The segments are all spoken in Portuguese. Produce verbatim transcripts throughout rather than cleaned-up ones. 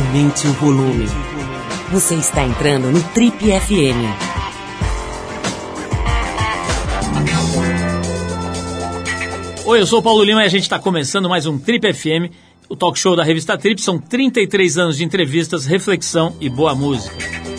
Aumente o volume. Você está entrando no Trip F M. Oi, eu sou o Paulo Lima e a gente está começando mais um Trip F M, o talk show da revista Trip. São trinta e três anos de entrevistas, reflexão e boa música.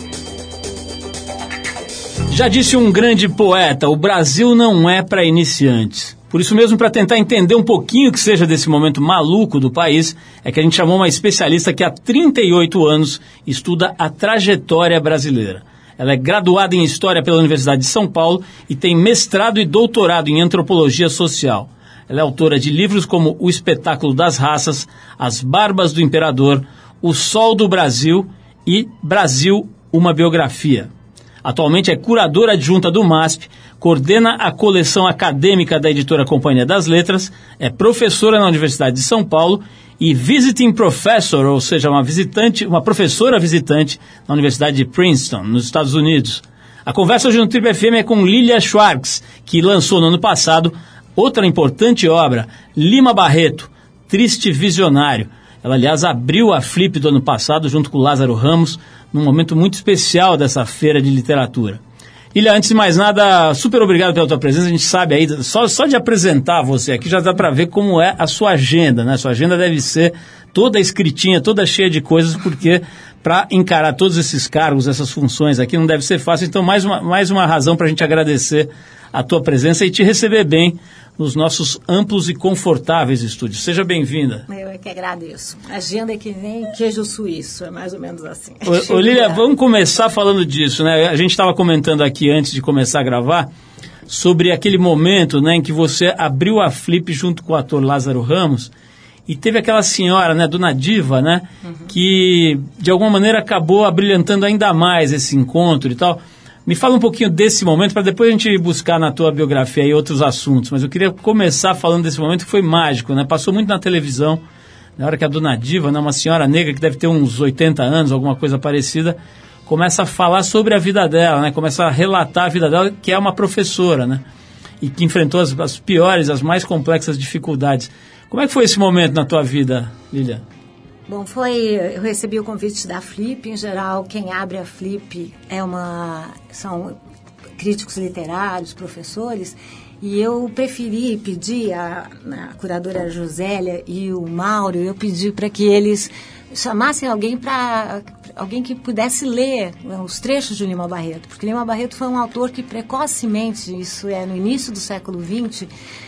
Já disse um grande poeta, o Brasil não é para iniciantes. Por isso mesmo, para tentar entender um pouquinho que seja desse momento maluco do país, é que a gente chamou uma especialista que há trinta e oito anos estuda a trajetória brasileira. Ela é graduada em História pela Universidade de São Paulo e tem mestrado e doutorado em Antropologia Social. Ela é autora de livros como O Espetáculo das Raças, As Barbas do Imperador, O Sol do Brasil e Brasil, uma Biografia. Atualmente é curadora adjunta do MASP, coordena a coleção acadêmica da editora Companhia das Letras, é professora na Universidade de São Paulo e visiting professor, ou seja, uma visitante, uma professora visitante na Universidade de Princeton, nos Estados Unidos. A conversa hoje no Trip F M é com Lilia Schwartz, que lançou no ano passado outra importante obra, Lima Barreto, Triste Visionário. Ela, aliás, abriu a Flip do ano passado junto com o Lázaro Ramos, num momento muito especial dessa feira de literatura. Lilia, antes de mais nada, super obrigado pela tua presença. A gente sabe aí, só, só de apresentar você aqui já dá para ver como é a sua agenda, né? Sua agenda deve ser toda escritinha, toda cheia de coisas, porque para encarar todos esses cargos, essas funções aqui, não deve ser fácil. Então, mais uma, mais uma razão para a gente agradecer a tua presença e te receber bem nos nossos amplos e confortáveis estúdios. Seja bem-vinda. Eu é que agradeço. Agenda é que nem queijo suíço, é mais ou menos assim. Ô, ô Lilia, vamos começar falando disso, né? A gente estava comentando aqui antes de começar a gravar sobre aquele momento, né, em que você abriu a Flip junto com o ator Lázaro Ramos e teve aquela senhora, né, Dona Diva, né, uhum. que de alguma maneira acabou abrilhantando ainda mais esse encontro e tal. Me fala um pouquinho desse momento, para depois a gente buscar na tua biografia aí outros assuntos. Mas eu queria começar falando desse momento que foi mágico, né? Passou muito na televisão, na hora que a Dona Diva, né, uma senhora negra que deve ter uns oitenta anos, alguma coisa parecida, começa a falar sobre a vida dela, né? Começa a relatar a vida dela, que é uma professora, né? E que enfrentou as, as piores, as mais complexas dificuldades. Como é que foi esse momento na tua vida, Lilia? Bom, foi, eu recebi o convite da Flip. Em geral, quem abre a Flip é uma, são críticos literários, professores, e eu preferi pedir, a, a curadora Josélia e o Mauro, eu pedi para que eles chamassem alguém para alguém que pudesse ler os trechos de Lima Barreto, porque Lima Barreto foi um autor que precocemente, isso é no início do século vinte,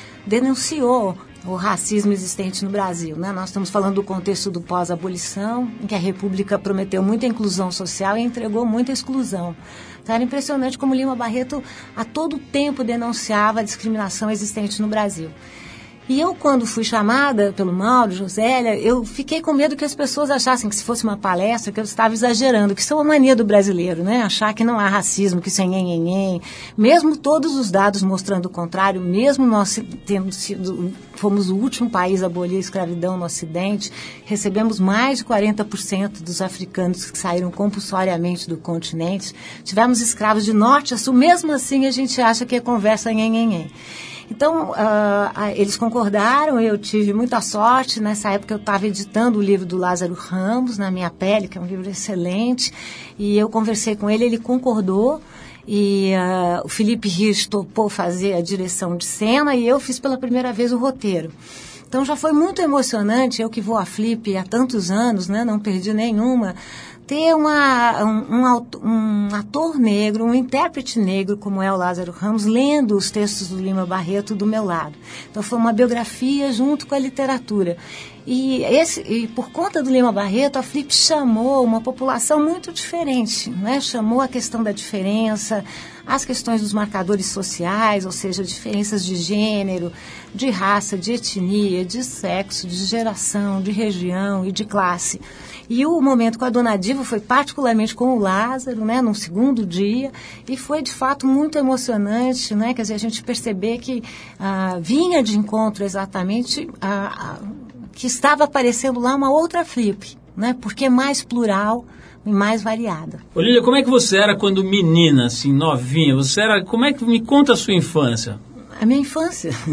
denunciou o racismo existente no Brasil, né? Nós estamos falando do contexto do pós-abolição, em que a República prometeu muita inclusão social e entregou muita exclusão. Então, era impressionante como Lima Barreto a todo tempo denunciava a discriminação existente no Brasil. E eu, quando fui chamada pelo Mauro, Josélia, eu fiquei com medo que as pessoas achassem que se fosse uma palestra, que eu estava exagerando, que isso é uma mania do brasileiro, né? Achar que não há racismo, que isso é nhenhenhen. Mesmo todos os dados mostrando o contrário, mesmo nós tendo sido, fomos o último país a abolir a escravidão no Ocidente, recebemos mais de quarenta por cento dos africanos que saíram compulsoriamente do continente, tivemos escravos de norte a sul, mesmo assim a gente acha que é conversa nhenhenhen. Então, uh, eles concordaram, eu tive muita sorte. Nessa época eu estava editando o livro do Lázaro Ramos, Na Minha Pele, que é um livro excelente, e eu conversei com ele, ele concordou, e uh, o Felipe Hirsch topou fazer a direção de cena, e eu fiz pela primeira vez o roteiro. Então já foi muito emocionante, eu que vou à Flip há tantos anos, né, não perdi nenhuma, ter uma, um, um, um ator negro, um intérprete negro, como é o Lázaro Ramos, lendo os textos do Lima Barreto do meu lado. Então foi uma biografia junto com a literatura. E, esse, e por conta do Lima Barreto, a Flip chamou uma população muito diferente, né? Chamou a questão da diferença, as questões dos marcadores sociais, ou seja, diferenças de gênero, de raça, de etnia, de sexo, de geração, de região e de classe. E o momento com a Dona Diva foi particularmente com o Lázaro, né, no segundo dia, e foi de fato muito emocionante, né, quer dizer, a gente perceber que ah, vinha de encontro exatamente a, a, que estava aparecendo lá uma outra Flip, né, porque mais plural e mais variada. Olívia, como é que você era quando menina, assim, novinha? Você era, como é que, me conta a sua infância? A minha infância...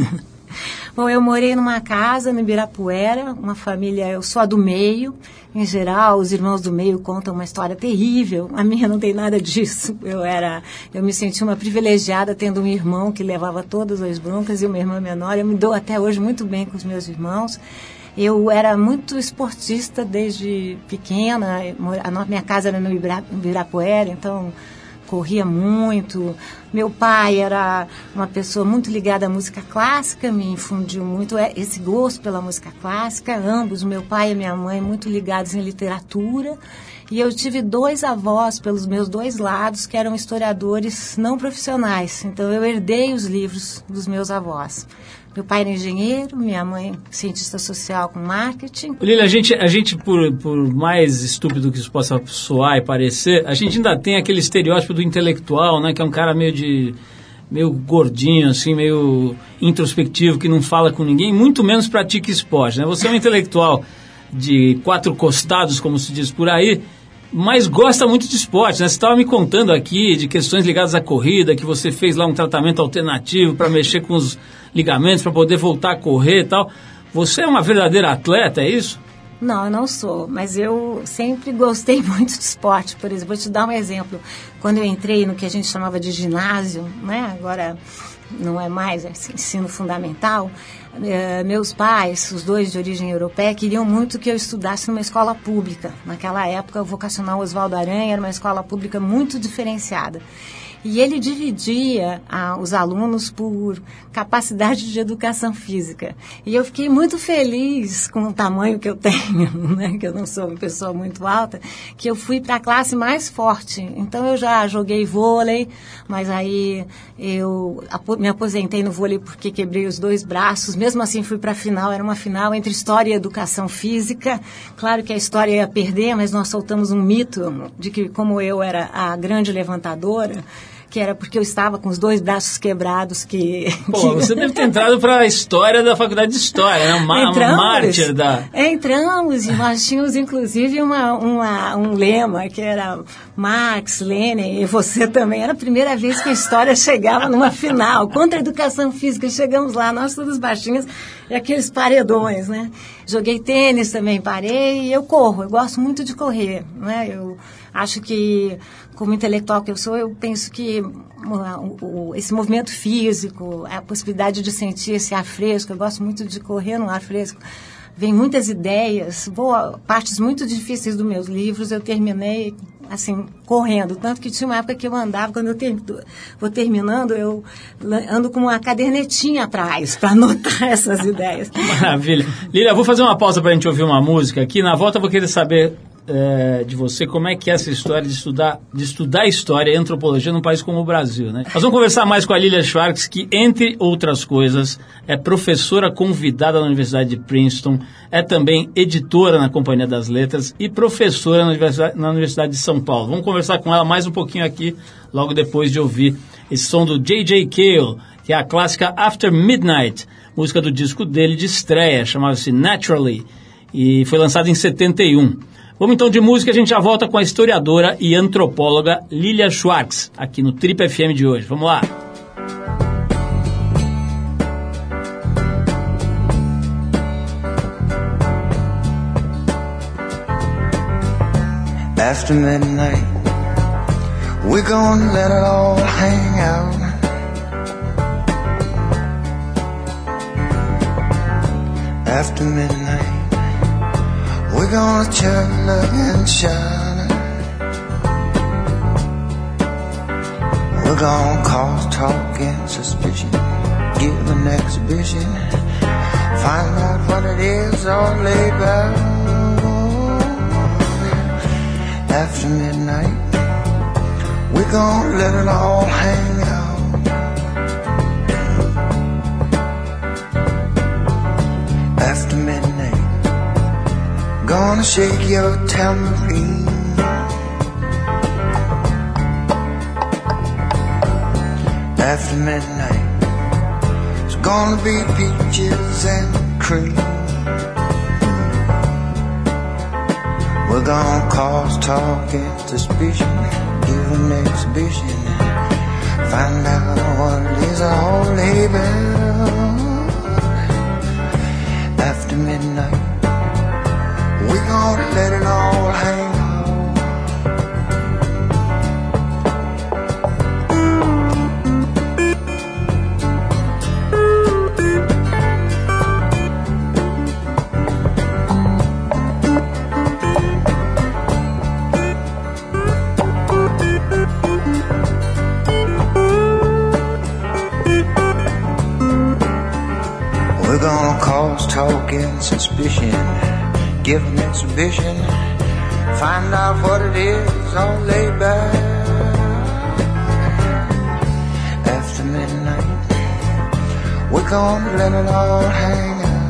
Bom, eu morei numa casa no Ibirapuera, uma família, eu sou a do meio. Em geral, os irmãos do meio contam uma história terrível. A minha não tem nada disso. Eu era, eu me senti uma privilegiada tendo um irmão que levava todas as broncas e uma irmã menor. Eu me dou até hoje muito bem com os meus irmãos. Eu era muito esportista desde pequena. A minha casa era no Ibirapuera, então corria muito. Meu pai era uma pessoa muito ligada à música clássica, me infundiu muito esse gosto pela música clássica. Ambos, meu pai e minha mãe, muito ligados em literatura. E eu tive dois avós pelos meus dois lados que eram historiadores não profissionais. Então eu herdei os livros dos meus avós. Meu pai era engenheiro, minha mãe cientista social com marketing. Lília, a gente, a gente por, por mais estúpido que isso possa soar e parecer, a gente ainda tem aquele estereótipo do intelectual, né? Que é um cara meio de meio gordinho, assim, meio introspectivo, que não fala com ninguém, muito menos pratica esporte, né? Você é um intelectual de quatro costados, como se diz por aí, mas gosta muito de esporte, né? Você estava me contando aqui de questões ligadas à corrida, que você fez lá um tratamento alternativo para mexer com os ligamentos, para poder voltar a correr e tal. Você é uma verdadeira atleta, é isso? Não, eu não sou, mas eu sempre gostei muito de esporte. Por exemplo, vou te dar um exemplo. Quando eu entrei no que a gente chamava de ginásio, né? Agora não é mais é ensino fundamental, eh, meus pais, os dois de origem europeia, queriam muito que eu estudasse numa escola pública. Naquela época, o vocacional Oswaldo Aranha era uma escola pública muito diferenciada. E ele dividia ah, os alunos por capacidade de educação física. E eu fiquei muito feliz com o tamanho que eu tenho, né? Que eu não sou uma pessoa muito alta, que eu fui para a classe mais forte. Então eu já joguei vôlei, mas aí eu me aposentei no vôlei porque quebrei os dois braços. Mesmo assim fui para a final, era uma final entre história e educação física. Claro que a história ia perder, mas nós soltamos um mito de que como eu era a grande levantadora, que era porque eu estava com os dois braços quebrados que... Pô, que... você deve ter entrado para a história da Faculdade de História, né? Uma, uma mártir da... Entramos, e nós tínhamos, inclusive, uma, uma, um lema que era Marx, Lenin e você também. Era a primeira vez que a história chegava numa final. Contra a educação física, chegamos lá, nós todos baixinhos, e aqueles paredões, né? Joguei tênis também, parei, e eu corro, eu gosto muito de correr, né? Eu acho que, como intelectual que eu sou, eu penso que o, o, esse movimento físico, a possibilidade de sentir esse ar fresco, eu gosto muito de correr no ar fresco, vem muitas ideias, boa, partes muito difíceis dos meus livros eu terminei, assim, correndo, tanto que tinha uma época que eu andava, quando eu ter, vou terminando, eu ando com uma cadernetinha atrás para anotar essas ideias. Maravilha. Lília, vou fazer uma pausa para a gente ouvir uma música aqui, na volta eu vou querer saber É, de você, como é que é essa história de estudar, de estudar história e antropologia num país como o Brasil, né? Nós vamos conversar mais com a Lilia Schwartz, que, entre outras coisas, é professora convidada na Universidade de Princeton, é também editora na Companhia das Letras e professora na Universidade, na Universidade de São Paulo. Vamos conversar com ela mais um pouquinho aqui, logo depois de ouvir esse som do J J Cale, que é a clássica After Midnight, música do disco dele de estreia, chamava-se Naturally, e foi lançado em setenta e um. Vamos então de música, a gente já volta com a historiadora e antropóloga Lilia Schwartz, aqui no Trip F M de hoje. Vamos lá! After midnight, we're gonna let it all hang out. After midnight, we're gonna chug and shine. We're gonna cause talk and suspicion, give an exhibition, find out what it is all about. After midnight, we're gonna let it all hang out. After midnight, gonna shake your tambourine. After midnight, it's gonna be peaches and cream. We're gonna cause talk and suspicion, give an exhibition, find out what it is all about. after midnight. We gonna let it all hang. We're gonna cause talk and suspicion, give an exhibition, find out what it is, all laid back after midnight. We're gonna let it all hang out.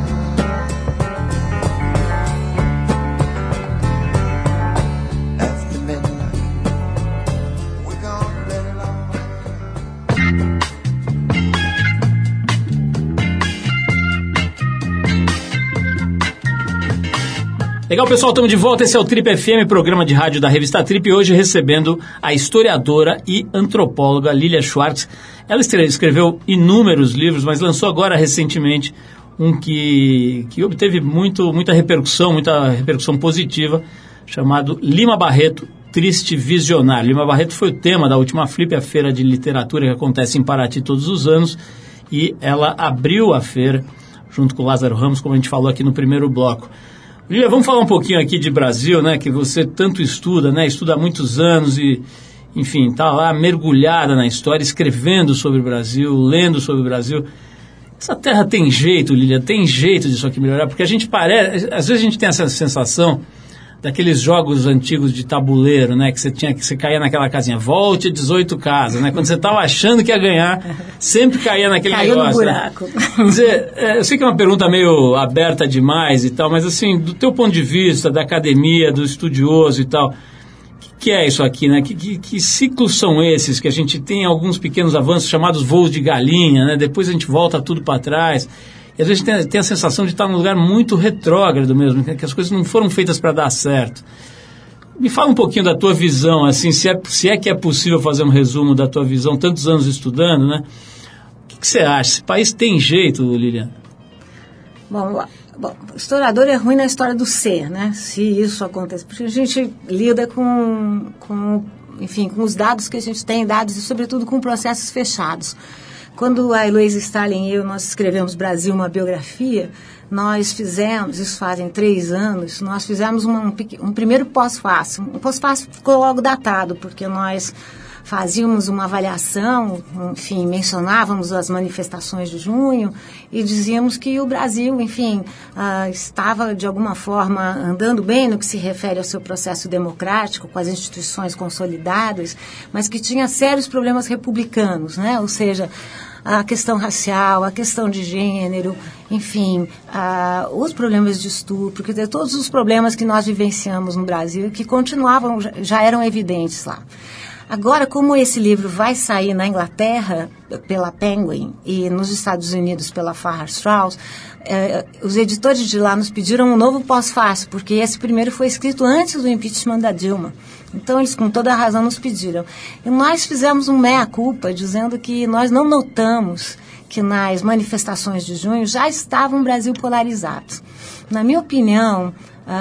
After midnight, we're gonna let it all hang out. Legal, pessoal, estamos de volta. Esse é o Trip F M, programa de rádio da revista Trip, e hoje recebendo a historiadora e antropóloga Lilia Schwartz. Ela escreveu inúmeros livros, mas lançou agora recentemente um que, que obteve muito, muita repercussão, muita repercussão positiva, chamado Lima Barreto, Triste Visionário. Lima Barreto foi o tema da última Flip, a feira de literatura que acontece em Paraty todos os anos, e ela abriu a feira junto com o Lázaro Ramos, como a gente falou aqui no primeiro bloco. Lilia, vamos falar um pouquinho aqui de Brasil, né, que você tanto estuda, né, estuda há muitos anos e, enfim, está lá mergulhada na história, escrevendo sobre o Brasil, lendo sobre o Brasil. Essa terra tem jeito, Lilia, tem jeito disso aqui melhorar, porque a gente parece, às vezes a gente tem essa sensação daqueles jogos antigos de tabuleiro, né, que você tinha que você caía naquela casinha, volte dezoito casas, né, quando você estava achando que ia ganhar, sempre caía naquele Caiu negócio. no buraco. Né? Quer dizer, é, eu sei que é uma pergunta meio aberta demais e tal, mas assim, do teu ponto de vista, da academia, do estudioso e tal, o que, que é isso aqui, né? Que, que, que ciclos são esses que a gente tem alguns pequenos avanços chamados voos de galinha, né? Depois a gente volta tudo para trás. E às vezes tem, tem a sensação de estar num lugar muito retrógrado mesmo, que as coisas não foram feitas para dar certo. Me fala um pouquinho da tua visão, assim, se é, se é que é possível fazer um resumo da tua visão, tantos anos estudando, né? O que, que você acha? Esse país tem jeito, Lilian? Bom, bom, historiador é ruim na história do ser, né? Se isso acontece, porque a gente lida com, com, enfim, com os dados que a gente tem, dados e sobretudo com processos fechados. Quando a Heloísa Stalin e eu, nós escrevemos Brasil, uma biografia, nós fizemos, isso fazem três anos, nós fizemos uma, um, um primeiro pós-fácil. Um pós-fácil ficou logo datado, porque nós fazíamos uma avaliação, enfim, mencionávamos as manifestações de junho e dizíamos que o Brasil, enfim, uh, estava de alguma forma andando bem no que se refere ao seu processo democrático, com as instituições consolidadas, mas que tinha sérios problemas republicanos, né? Ou seja, a questão racial, a questão de gênero, enfim, uh, os problemas de estupro, quer dizer, todos os problemas que nós vivenciamos no Brasil que continuavam, já eram evidentes lá. Agora, como esse livro vai sair na Inglaterra pela Penguin e nos Estados Unidos pela Farrar Straus, eh, os editores de lá nos pediram um novo pós-fácil, porque esse primeiro foi escrito antes do impeachment da Dilma. Então, eles com toda a razão nos pediram. E nós fizemos um meia-culpa, dizendo que nós não notamos que nas manifestações de junho já estava um Brasil polarizado. Na minha opinião,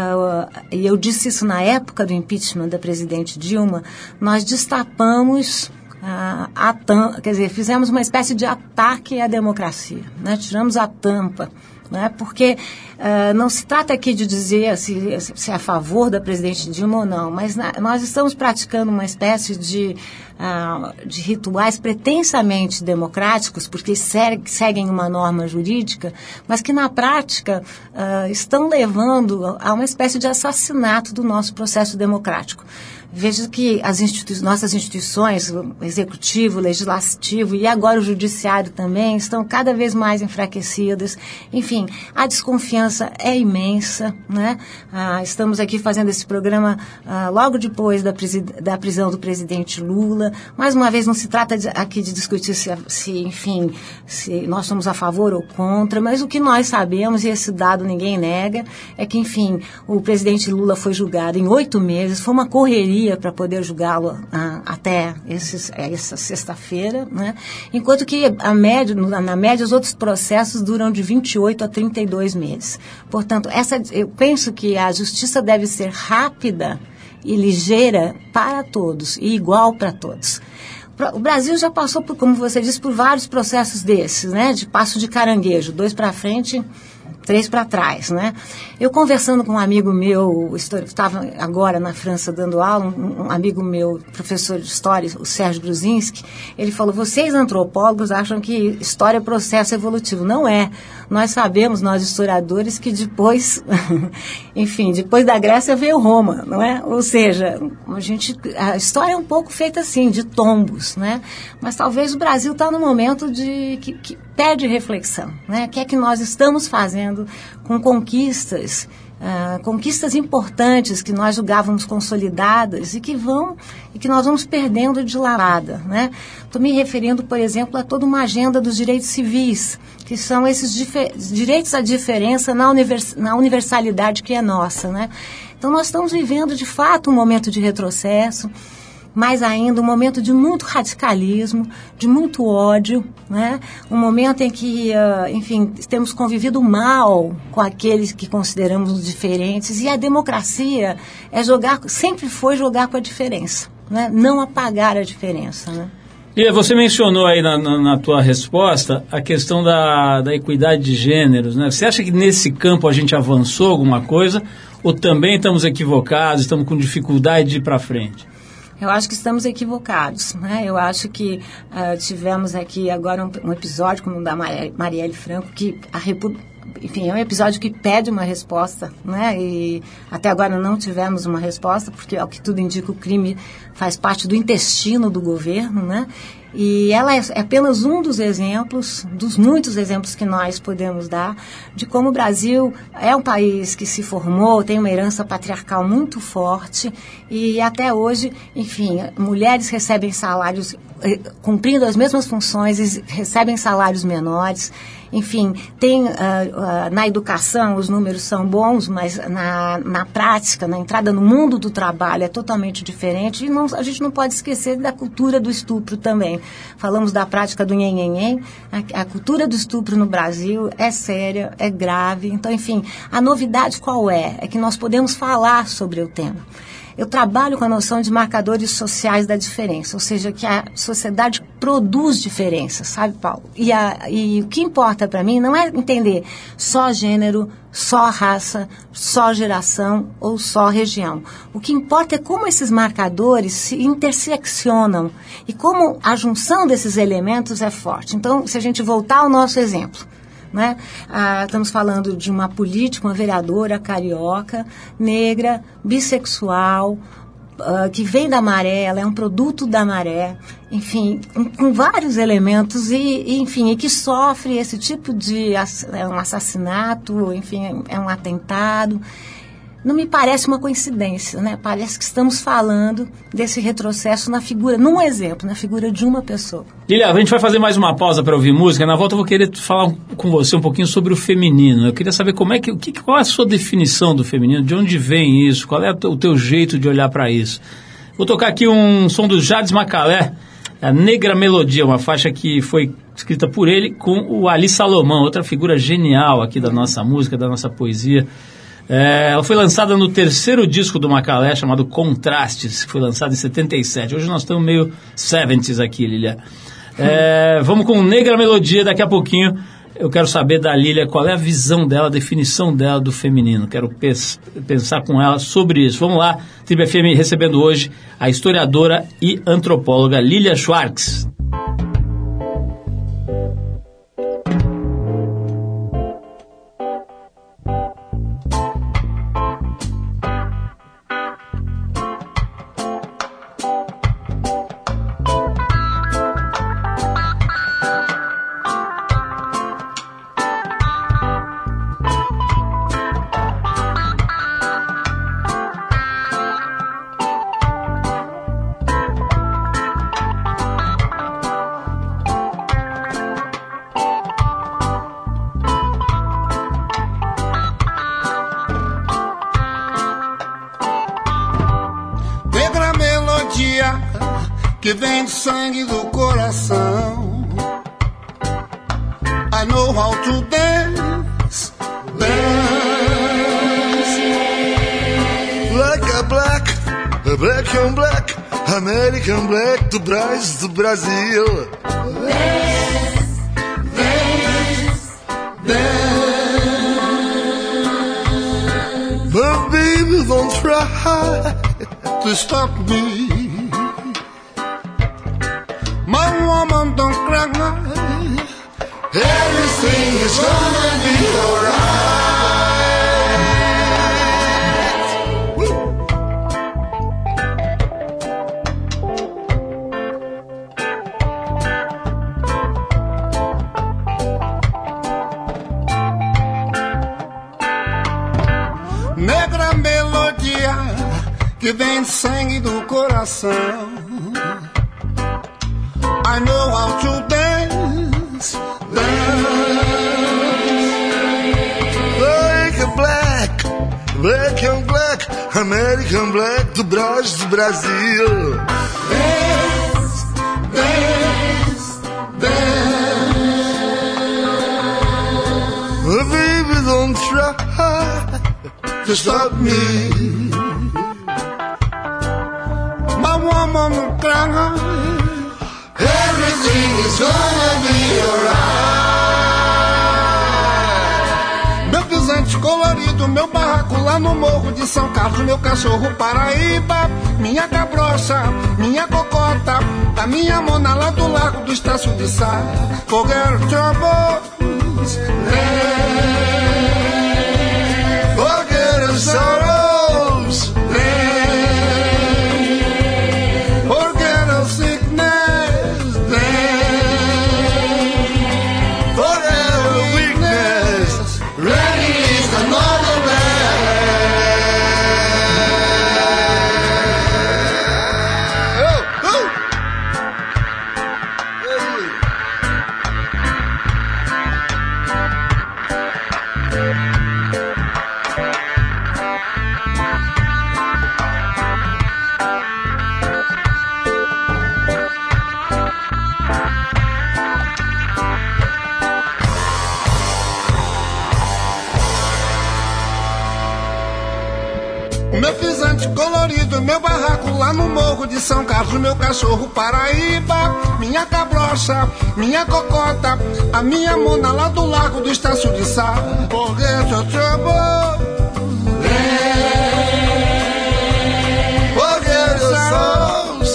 e uh, eu disse isso na época do impeachment da presidente Dilma, nós destapamos, uh, a tam- quer dizer, fizemos uma espécie de ataque à democracia, né? Tiramos a tampa, né? Porque uh, não se trata aqui de dizer se, se é a favor da presidente Dilma ou não, mas na, nós estamos praticando uma espécie de, uh, de rituais pretensamente democráticos, porque segue, seguem uma norma jurídica, mas que na prática uh, estão levando a uma espécie de assassinato do nosso processo democrático. Veja que as institui- nossas instituições, o executivo, o legislativo e agora o judiciário também, estão cada vez mais enfraquecidas. Enfim, a desconfiança é imensa, né? Ah, estamos aqui fazendo esse programa ah, logo depois da, presi- da prisão do presidente Lula. Mais uma vez, não se trata de, aqui de discutir se, se, enfim, se nós somos a favor ou contra, mas o que nós sabemos, e esse dado ninguém nega, é que, enfim, o presidente Lula foi julgado em oito meses, foi uma correria maioria para poder julgá-lo ah, até esses, essa sexta-feira, né? Enquanto que a média, na média os outros processos duram de vinte e oito a trinta e dois meses. Portanto, essa, eu penso que a justiça deve ser rápida e ligeira para todos e igual para todos. O Brasil já passou, por, como você disse, por vários processos desses, né? De passo de caranguejo, dois para frente, três para trás, né? Eu conversando com um amigo meu, estava agora na França dando aula, um, um amigo meu, professor de história, o Sérgio Gruzinski, ele falou, vocês antropólogos acham que história é processo evolutivo. Não é. Nós sabemos, nós historiadores, que depois, enfim, depois da Grécia veio Roma, não é? Ou seja, a, gente, a história é um pouco feita assim, de tombos, né? Mas talvez o Brasil está no momento de que, que pede reflexão, né? O que é que nós estamos fazendo com conquistas, uh, conquistas importantes que nós julgávamos consolidadas e que vão e que nós vamos perdendo de lavada, né? Estou me referindo, por exemplo, a toda uma agenda dos direitos civis, que são esses direitos à diferença na, univers na universalidade que é nossa, né? Então nós estamos vivendo de fato um momento de retrocesso, mais ainda um momento de muito radicalismo, de muito ódio, né? Um momento em que, uh, enfim, temos convivido mal com aqueles que consideramos diferentes, e a democracia é jogar, sempre foi jogar com a diferença, né? Não apagar a diferença, né? E você mencionou aí na, na, na tua resposta a questão da, da equidade de gêneros, né? Você acha que nesse campo a gente avançou alguma coisa ou também estamos equivocados, estamos com dificuldade de ir para frente? Eu acho que estamos equivocados, né? Eu acho que uh, tivemos aqui agora um, um episódio como o da Marielle Franco, que a República, enfim, é um episódio que pede uma resposta, né? E até agora não tivemos uma resposta, porque, ao que tudo indica, o crime faz parte do intestino do governo, né? E ela é apenas um dos exemplos, dos muitos exemplos que nós podemos dar, de como o Brasil é um país que se formou, tem uma herança patriarcal muito forte, e até hoje, enfim, mulheres recebem salários, cumprindo as mesmas funções, recebem salários menores. Enfim, tem, uh, uh, na educação os números são bons, mas na, na prática, na entrada no mundo do trabalho é totalmente diferente, e não, a gente não pode esquecer da cultura do estupro também. Falamos da prática do nhenhenhen, a, a cultura do estupro no Brasil é séria, é grave. Então, enfim, a novidade qual é? É que nós podemos falar sobre o tema. Eu trabalho com a noção de marcadores sociais da diferença, ou seja, que a sociedade produz diferença, sabe, Paulo? E, a, e o que importa para mim não é entender só gênero, só raça, só geração ou só região. O que importa é como esses marcadores se interseccionam e como a junção desses elementos é forte. Então, se a gente voltar ao nosso exemplo, né? Ah, estamos falando de uma política, uma vereadora carioca, negra, bissexual, ah, que vem da Maré, ela é um produto da Maré, enfim, com, com vários elementos e, e, enfim, e que sofre esse tipo de é um assassinato, enfim, é um atentado. Não me parece uma coincidência, né? Parece que estamos falando desse retrocesso na figura, num exemplo, na figura de uma pessoa. Lilia, a gente vai fazer mais uma pausa para ouvir música. Na volta eu vou querer falar com você um pouquinho sobre o feminino. Eu queria saber como é que, qual é a sua definição do feminino, de onde vem isso, qual é o teu jeito de olhar para isso. Vou tocar aqui um som do Jades Macalé, a Negra Melodia, uma faixa que foi escrita por ele com o Ali Salomão, outra figura genial aqui da nossa música, da nossa poesia. É, ela foi lançada no terceiro disco do Macalé, chamado Contrastes, que foi lançado em setenta e sete. Hoje nós estamos meio setenta aqui, Lilia. É, vamos com Negra Melodia, daqui a pouquinho eu quero saber da Lilia qual é a visão dela, a definição dela do feminino. Quero pes- pensar com ela sobre isso. Vamos lá, Trip F M recebendo hoje a historiadora e antropóloga Lilia Schwartz. vem do sangue do coração. I know how to dance, dance like a black, a black and black, American black do Brasil, do Brasil. Dance, dance, dance. But baby, don't try to stop me. My woman, don't cry. Everything is gonna be alright. Woo. Negra melodia que vem do sangue do coração. I know how to dance, dance like a black, black and black, American black do Brasil, do Brasil. Dance, dance, dance. Oh, baby, don't try to stop me. My woman will cry. Everything is gonna be alright. Meu pisante colorido, meu barraco lá no morro de São Carlos, meu cachorro Paraíba, minha cabrocha, minha cocota, a minha mona lá do Largo do Estácio de Sá. Forget troubles, forget the sorrows, forget the sickness. Meu pisante colorido, meu barraco lá no morro de São Carlos, meu cachorro Paraíba, minha cabrocha, minha cocota, a minha mona lá do Largo do Estácio de Sá. Forget your trouble, forget your sorrows,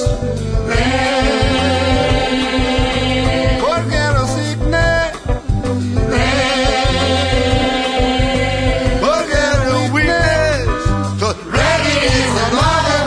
forget your sickness, forget your weakness. Ready is another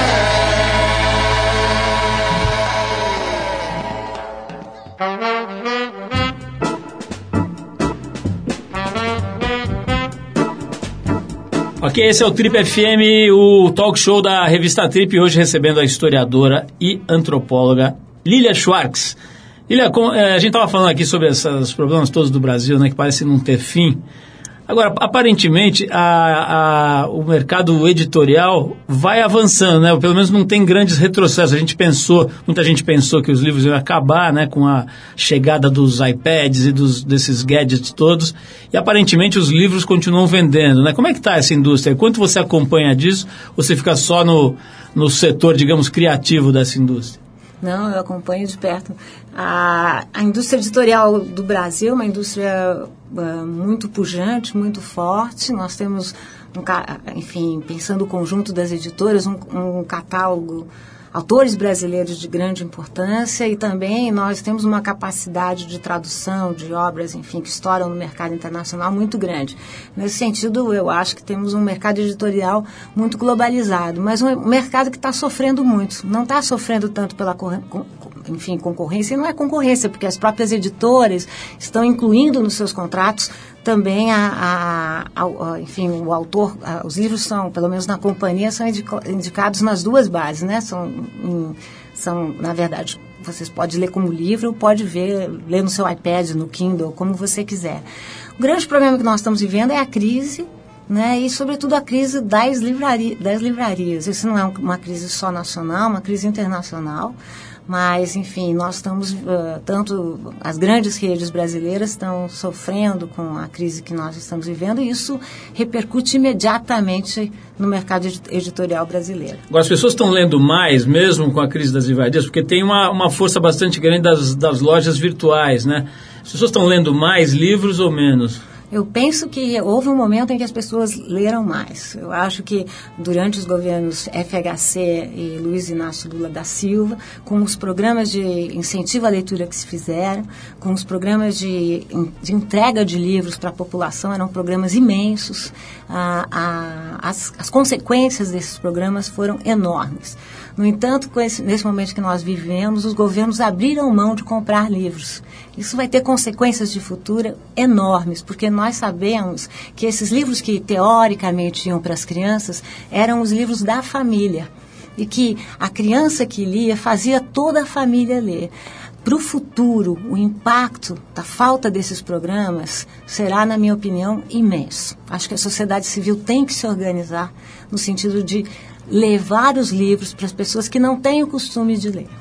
Ok, esse é o Trip F M, o talk show da revista Trip, hoje recebendo a historiadora e antropóloga Lilia Schwartz. Lilia, a gente estava falando aqui sobre esses problemas todos do Brasil, né, que parecem não ter fim. Agora, aparentemente, a, a, o mercado editorial vai avançando, né? Pelo menos não tem grandes retrocessos. A gente pensou, muita gente pensou que os livros iam acabar, né, com a chegada dos iPads e dos, desses gadgets todos, e aparentemente os livros continuam vendendo, né? Como é que está essa indústria? Quanto você acompanha disso, ou você fica só no, no setor, digamos, criativo dessa indústria? Não, eu acompanho de perto. A, a indústria editorial do Brasil é uma indústria uh, muito pujante, muito forte. Nós temos, um, enfim, pensando o conjunto das editoras, um, um catálogo, autores brasileiros de grande importância, e também nós temos uma capacidade de tradução de obras, enfim, que estouram no mercado internacional muito grande. Nesse sentido, eu acho que temos um mercado editorial muito globalizado, mas um mercado que está sofrendo muito. Não está sofrendo tanto pela enfim, concorrência, e não é concorrência, porque as próprias editoras estão incluindo nos seus contratos também a, a, a, enfim, o autor, a, os livros são, pelo menos na companhia, são indico, indicados nas duas bases, né? São, em, são, na verdade, vocês podem ler como livro, pode ver, ler no seu iPad, no Kindle, como você quiser. O grande problema que nós estamos vivendo é a crise, né? E, sobretudo, a crise das, livrari, das livrarias. Isso não é uma crise só nacional, uma crise internacional. Mas, enfim, nós estamos, uh, tanto as grandes redes brasileiras estão sofrendo com a crise que nós estamos vivendo, e isso repercute imediatamente no mercado editorial brasileiro. Agora, as pessoas estão lendo mais, mesmo com a crise das livrarias, porque tem uma, uma força bastante grande das, das lojas virtuais, né? As pessoas estão lendo mais livros ou menos? Eu penso que houve um momento em que as pessoas leram mais. Eu acho que durante os governos F H C e Luiz Inácio Lula da Silva, com os programas de incentivo à leitura que se fizeram, com os programas de, de entrega de livros para a população, eram programas imensos. Ah, ah, as, as consequências desses programas foram enormes. No entanto, com esse, nesse momento que nós vivemos, os governos abriram mão de comprar livros. Isso vai ter consequências de futuro enormes, porque nós sabemos que esses livros que teoricamente iam para as crianças eram os livros da família, e que a criança que lia fazia toda a família ler. Para o futuro, o impacto da falta desses programas será, na minha opinião, imenso. Acho que a sociedade civil tem que se organizar no sentido de levar os livros para as pessoas que não têm o costume de ler.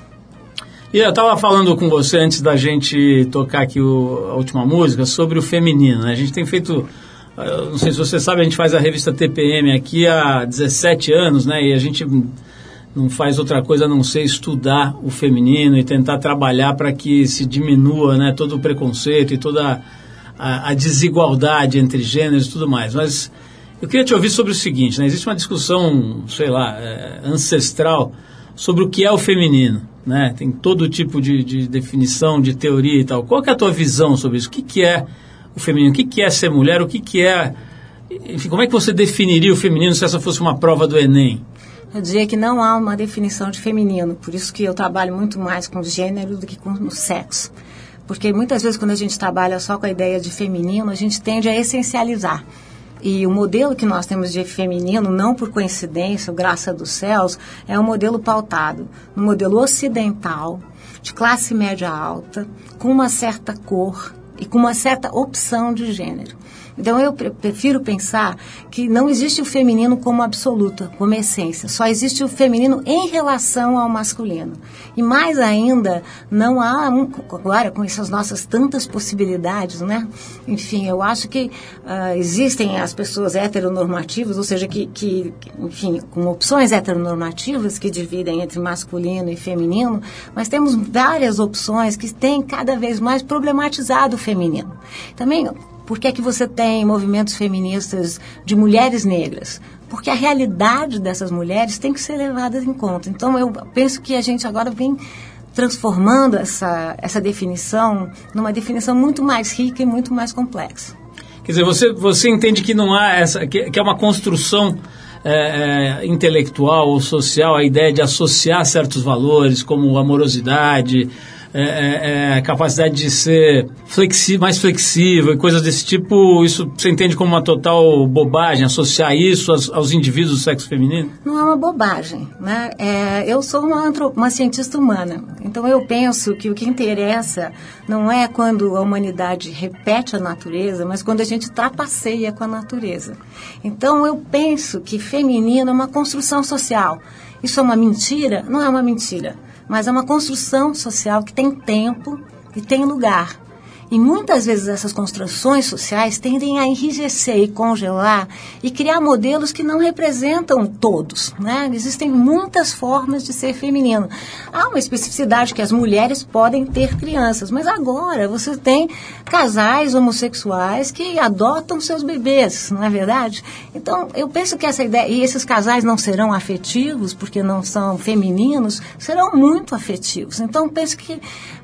E eu estava falando com você antes da gente tocar aqui o, a última música sobre o feminino, né? A gente tem feito, não sei se você sabe, a gente faz a revista T P M aqui há dezessete anos, né? E a gente não faz outra coisa a não ser estudar o feminino e tentar trabalhar para que se diminua, né, todo o preconceito e toda a, a desigualdade entre gêneros e tudo mais. Mas eu queria te ouvir sobre o seguinte, né? Existe uma discussão, sei lá, é, ancestral sobre o que é o feminino, né? Tem todo tipo de, de definição, de teoria e tal. Qual que é a tua visão sobre isso? O que, que é o feminino? O que, que é ser mulher? O que, que é... Enfim, como é que você definiria o feminino se essa fosse uma prova do Enem? Eu diria que não há uma definição de feminino, por isso que eu trabalho muito mais com gênero do que com o sexo. Porque muitas vezes quando a gente trabalha só com a ideia de feminino, a gente tende a essencializar. E o modelo que nós temos de feminino, não por coincidência, graça dos céus, é um modelo pautado no modelo ocidental, de classe média alta, com uma certa cor e com uma certa opção de gênero. Então, eu prefiro pensar que não existe o feminino como absoluta, como essência. Só existe o feminino em relação ao masculino. E mais ainda, não há, um, agora com essas nossas tantas possibilidades, né? Enfim, eu acho que uh, existem as pessoas heteronormativas, ou seja, que, que, enfim, com opções heteronormativas que dividem entre masculino e feminino, mas temos várias opções que têm cada vez mais problematizado o feminino. Também... Por que é que você tem movimentos feministas de mulheres negras? Porque a realidade dessas mulheres tem que ser levada em conta. Então, eu penso que a gente agora vem transformando essa, essa definição numa definição muito mais rica e muito mais complexa. Quer dizer, você, você entende que não há essa, que, que é uma construção é, é, intelectual ou social, a ideia de associar certos valores, como amorosidade, É, é, é, capacidade de ser flexi- mais flexível e coisas desse tipo, isso você entende como uma total bobagem, associar isso aos, aos indivíduos do sexo feminino? Não é uma bobagem, né? É, eu sou uma, antrop- uma cientista humana, então eu penso que o que interessa não é quando a humanidade repete a natureza, mas quando a gente trapaceia com a natureza. Então eu penso que feminino é uma construção social. Isso é uma mentira? Não é uma mentira. Mas é uma construção social que tem tempo e tem lugar. E muitas vezes essas construções sociais tendem a enrijecer e congelar e criar modelos que não representam todos, né? Existem muitas formas de ser feminino. Há uma especificidade que as mulheres podem ter crianças, mas agora você tem casais homossexuais que adotam seus bebês, não é verdade? Então, eu penso que essa ideia, e esses casais não serão afetivos, porque não são femininos, serão muito afetivos. Então, penso que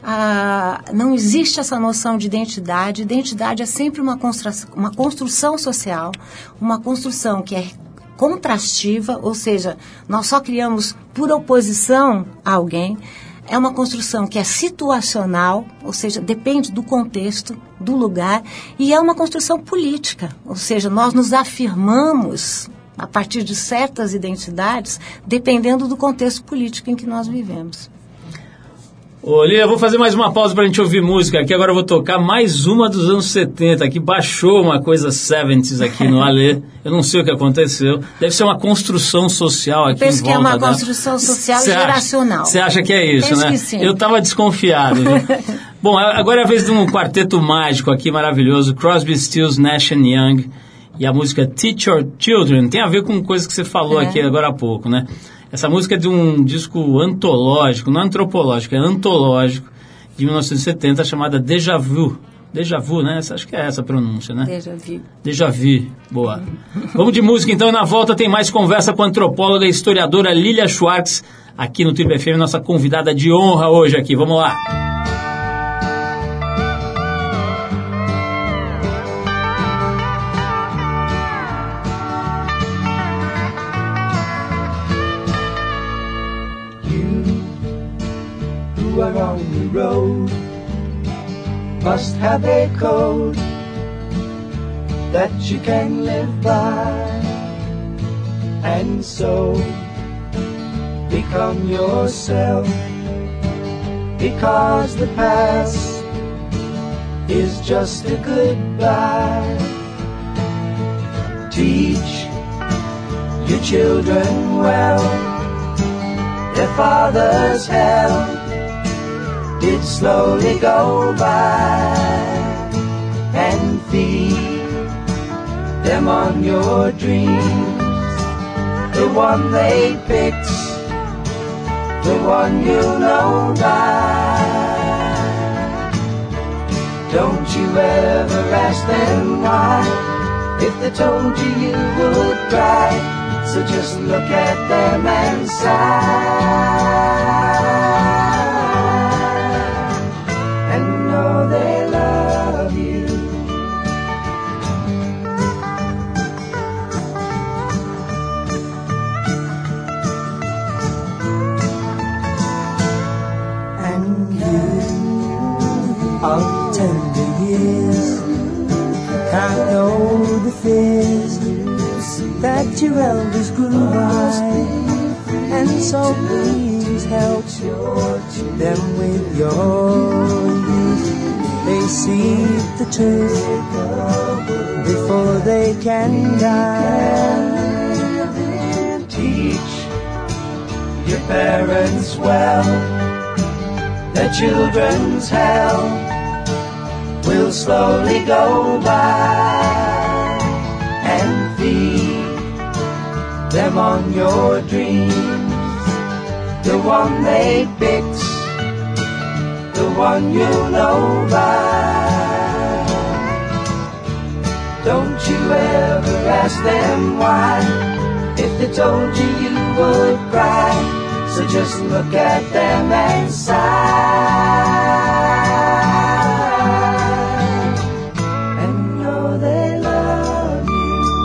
ah, não existe essa noção de identidade. Identidade é sempre uma construção, uma construção social, uma construção que é contrastiva, ou seja, nós só criamos por oposição a alguém. É uma construção que é situacional, ou seja, depende do contexto, do lugar, e é uma construção política, ou seja, nós nos afirmamos a partir de certas identidades, dependendo do contexto político em que nós vivemos. Ô, Lília, eu vou fazer mais uma pausa pra gente ouvir música aqui. Agora eu vou tocar mais uma dos anos setenta, que baixou uma coisa setenta aqui no Alê. Eu não sei o que aconteceu. Deve ser uma construção social aqui em volta. Penso que é uma construção social e geracional. Você acha que é isso, Penso né? Que sim. Eu tava desconfiado. Bom, agora é a vez de um quarteto mágico aqui, maravilhoso. Crosby, Stills, Nash and Young. E a música Teach Your Children. Tem a ver com coisa que você falou é. aqui agora há pouco, né? Essa música é de um disco antológico, não antropológico, é antológico, de mil novecentos e setenta, chamada Déjà Vu. Déjà Vu, né? Acho que é essa a pronúncia, né? Déjà Vu. Déjà Vu, boa. Vamos de música, então, e na volta tem mais conversa com a antropóloga e historiadora Lilia Schwartz, aqui no Trip F M, nossa convidada de honra hoje aqui. Vamos lá. Are on the road must have a code that you can live by, and so become yourself, because the past is just a goodbye. Teach your children well, their father's hell did slowly go by, and feed them on your dreams, the one they picked, the one you know by. Don't you ever ask them why, if they told you you would cry, so just look at them and sigh. They love you. And you of tender years can't know the fears that your elders grew by, and so please help them with your youth. They see the truth before they can die. Teach your parents well, their children's hell will slowly go by, and feed them on your dreams, the one they picked, the one you know by. Don't you ever ask them why, if they told you you would cry, so just look at them and sigh. And know they love you.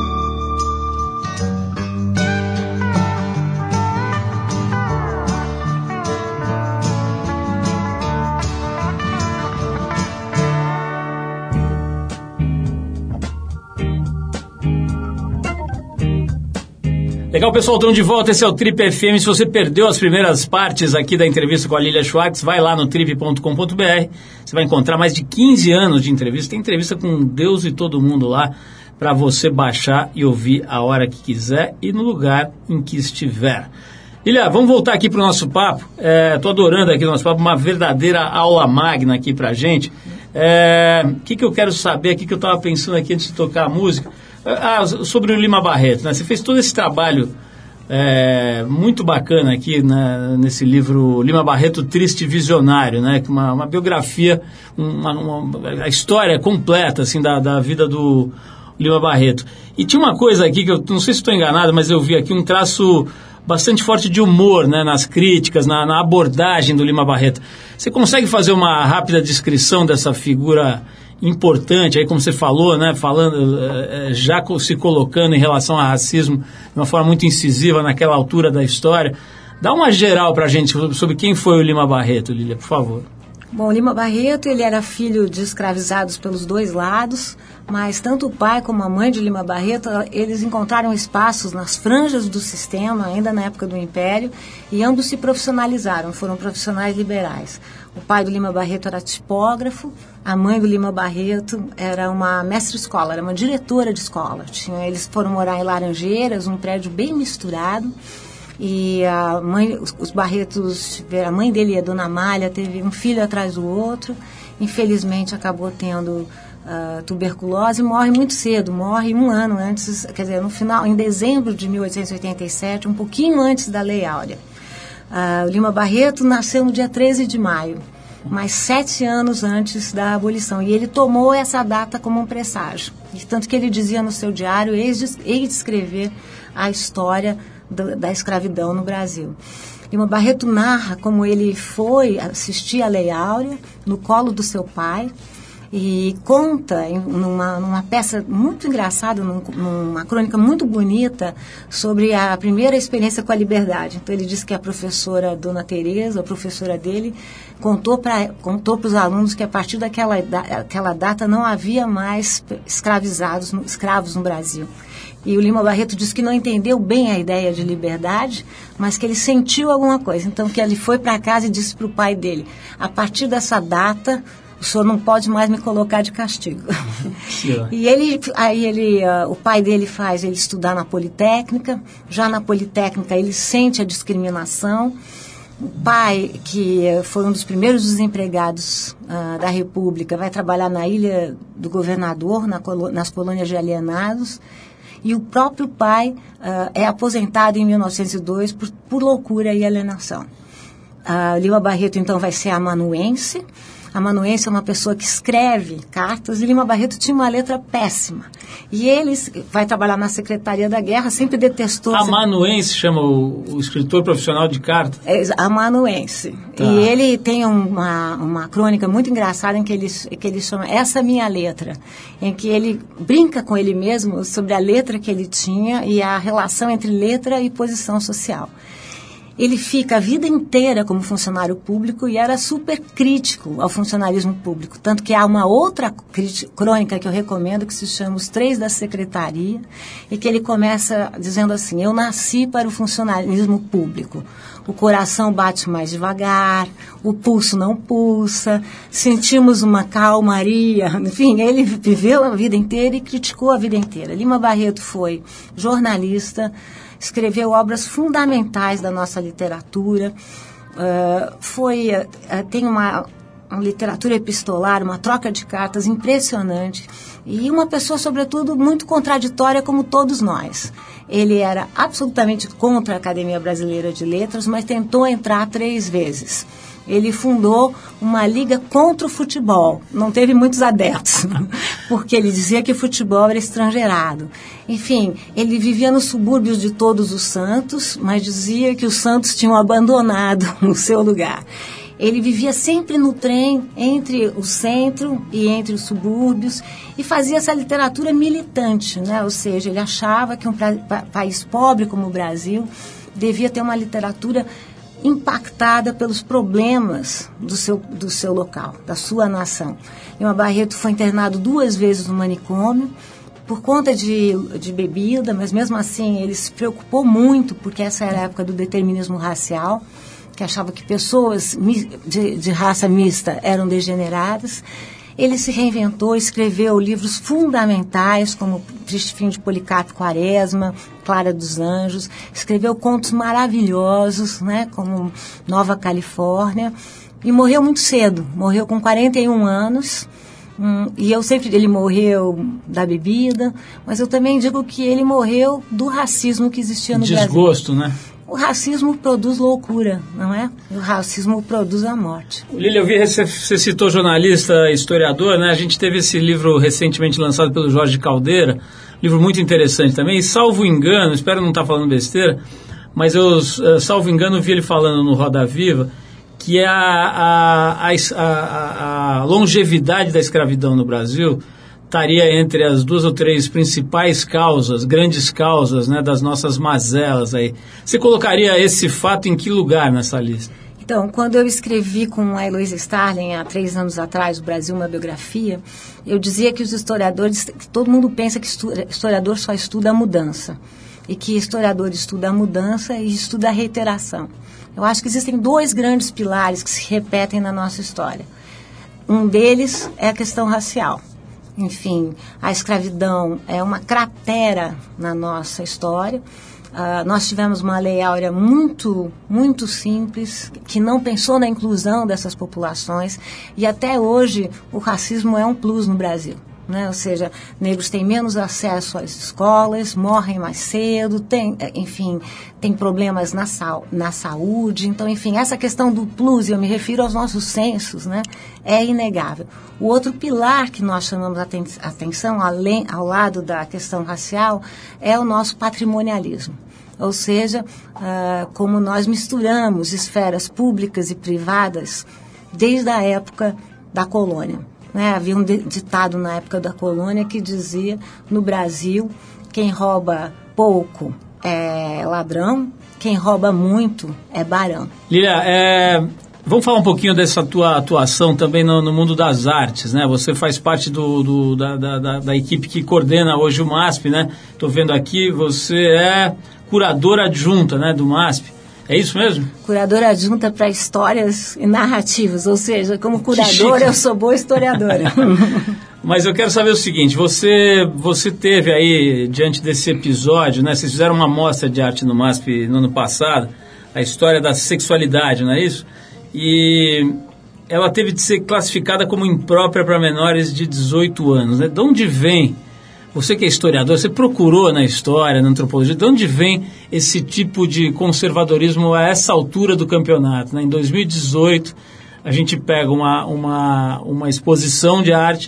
Legal, pessoal, estamos de volta, esse é o Trip F M. Se você perdeu as primeiras partes aqui da entrevista com a Lilia Schwartz, vai lá no trip ponto com ponto b r, você vai encontrar mais de quinze anos de entrevista, tem entrevista com Deus e todo mundo lá, para você baixar e ouvir a hora que quiser e no lugar em que estiver. Lilia, vamos voltar aqui para o nosso papo, estou é, adorando aqui o nosso papo, uma verdadeira aula magna aqui para a gente. O é, que, que eu quero saber aqui, que eu estava pensando aqui antes de tocar a música, Ah, sobre o Lima Barreto, né? Você fez todo esse trabalho é, muito bacana aqui, né, nesse livro Lima Barreto Triste Visionário, né? Uma, uma biografia, uma, uma, a história completa assim, da, da vida do Lima Barreto. E tinha uma coisa aqui que eu não sei se estou enganado, mas eu vi aqui um traço bastante forte de humor, né, nas críticas, na, na abordagem do Lima Barreto. Você consegue fazer uma rápida descrição dessa figura importante, aí como você falou, né, falando, já se colocando em relação ao racismo de uma forma muito incisiva naquela altura da história? Dá uma geral pra gente sobre quem foi o Lima Barreto, Lilia, por favor. Bom, Lima Barreto, ele era filho de escravizados pelos dois lados, mas tanto o pai como a mãe de Lima Barreto, eles encontraram espaços nas franjas do sistema, ainda na época do Império, e ambos se profissionalizaram, foram profissionais liberais. O pai do Lima Barreto era tipógrafo, a mãe do Lima Barreto era uma mestre-escola, era uma diretora de escola. Tinha, eles foram morar em Laranjeiras, um prédio bem misturado, e a mãe, os, os Barretos, a mãe dele e a Dona Amália, teve um filho atrás do outro, infelizmente acabou tendo uh, tuberculose e morre muito cedo, morre um ano antes, quer dizer, no final, em dezembro de mil oitocentos e oitenta e sete, um pouquinho antes da Lei Áurea. Uh, o Lima Barreto nasceu no dia treze de maio, mas sete anos antes da abolição, e ele tomou essa data como um presságio, e tanto que ele dizia no seu diário, eis de, eis de escrever a história do, da escravidão no Brasil. Lima Barreto narra como ele foi assistir a Lei Áurea no colo do seu pai, e conta em, numa, numa peça muito engraçada, num, numa crônica muito bonita, sobre a primeira experiência com a liberdade. Então ele diz que a professora Dona Teresa, a professora dele, contou para contou os alunos que a partir daquela aquela data não havia mais escravizados, escravos no Brasil. E o Lima Barreto diz que não entendeu bem a ideia de liberdade, mas que ele sentiu alguma coisa. Então que ele foi para casa e disse para o pai dele, a partir dessa data o senhor não pode mais me colocar de castigo. E ele, aí ele, uh, o pai dele faz ele estudar na Politécnica. Já na Politécnica ele sente a discriminação. O pai, que foi um dos primeiros desempregados uh, da República, vai trabalhar na Ilha do Governador, na colo- nas colônias de alienados. E o próprio pai uh, é aposentado em mil novecentos e dois por, por loucura e alienação. Uh, Lima Barreto, então, vai ser amanuense. Amanuense é uma pessoa que escreve cartas, e Lima Barreto tinha uma letra péssima. E ele vai trabalhar na Secretaria da Guerra, sempre detestou... Amanuense chama o, o escritor profissional de cartas? É, amanuense. Tá. E ele tem uma, uma crônica muito engraçada em que ele, que ele chama Essa Minha Letra, em que ele brinca com ele mesmo sobre a letra que ele tinha e a relação entre letra e posição social. Ele fica a vida inteira como funcionário público e era super crítico ao funcionalismo público. Tanto que há uma outra crônica que eu recomendo, que se chama Os Três da Secretaria, e que ele começa dizendo assim, eu nasci para o funcionalismo público. O coração bate mais devagar, o pulso não pulsa, sentimos uma calmaria. Enfim, ele viveu a vida inteira e criticou a vida inteira. Lima Barreto foi jornalista, escreveu obras fundamentais da nossa literatura, uh, foi, uh, tem uma, uma literatura epistolar, uma troca de cartas impressionante, e uma pessoa, sobretudo, muito contraditória como todos nós. Ele era absolutamente contra a Academia Brasileira de Letras, mas tentou entrar três vezes. Ele fundou uma liga contra o futebol. Não teve muitos adeptos, porque ele dizia que o futebol era estrangeirado. Enfim, ele vivia nos subúrbios de Todos os Santos, mas dizia que os santos tinham abandonado o seu lugar. Ele vivia sempre no trem entre o centro e entre os subúrbios e fazia essa literatura militante, né? Ou seja, ele achava que um pra, pa, país pobre como o Brasil devia ter uma literatura impactada pelos problemas do seu, do seu local, da sua nação. Lima Barreto foi internado duas vezes no manicômio por conta de, de bebida, mas mesmo assim ele se preocupou muito, porque essa era a época do determinismo racial, que achava que pessoas de, de raça mista eram degeneradas. Ele se reinventou, escreveu livros fundamentais, como Triste Fim de Policarpo Quaresma, Clara dos Anjos, escreveu contos maravilhosos, né, como Nova Califórnia, e morreu muito cedo, morreu com quarenta e um anos, hum, e eu sempre, ele morreu da bebida, mas eu também digo que ele morreu do racismo que existia no Brasil. Desgosto, né? O racismo produz loucura, não é? O racismo produz a morte. Lília, eu vi, você, você citou jornalista, historiador, né? A gente teve esse livro recentemente lançado pelo Jorge Caldeira, livro muito interessante também, e salvo engano, espero não estar falando besteira, mas eu, salvo engano, vi ele falando no Roda Viva, que é a, a, a, a, a longevidade da escravidão no Brasil estaria entre as duas ou três principais causas, grandes causas, né, das nossas mazelas aí. Você colocaria esse fato em que lugar nessa lista? Então, quando eu escrevi com a Heloísa Starling, há três anos atrás, o Brasil, uma biografia, eu dizia que os historiadores, que todo mundo pensa que historiador só estuda a mudança, e que historiador estuda a mudança e estuda a reiteração. Eu acho que existem dois grandes pilares que se repetem na nossa história. Um deles é a questão racial. Enfim, a escravidão é uma cratera na nossa história. Uh, nós tivemos uma lei áurea muito, muito simples, que não pensou na inclusão dessas populações, e até hoje o racismo é um plus no Brasil. Né? Ou seja, negros têm menos acesso às escolas, morrem mais cedo, tem, enfim, tem problemas na, sal, na saúde. Então, enfim, essa questão do plus, eu me refiro aos nossos censos, né? É inegável. O outro pilar que nós chamamos aten atenção, além, ao lado da questão racial, é o nosso patrimonialismo. Ou seja, uh, como nós misturamos esferas públicas e privadas desde a época da colônia. Né, havia um ditado na época da colônia que dizia, no Brasil, quem rouba pouco é ladrão, quem rouba muito é barão. Lília, é, vamos falar um pouquinho dessa tua atuação também no, no mundo das artes, né? Você faz parte do, do, da, da, da equipe que coordena hoje o MASP, né? Estou vendo aqui, você é curadora adjunta, né, do MASP. É isso mesmo? Curadora adjunta para histórias e narrativas, ou seja, como curadora eu sou boa historiadora. Mas eu quero saber o seguinte, você, você teve aí, diante desse episódio, né, vocês fizeram uma mostra de arte no MASP no ano passado, a história da sexualidade, não é isso? E ela teve de ser classificada como imprópria para menores de dezoito anos, né? De onde vem? Você que é historiador, você procurou na história, na antropologia, de onde vem esse tipo de conservadorismo a essa altura do campeonato? Né? Em dois mil e dezoito, a gente pega uma, uma, uma exposição de arte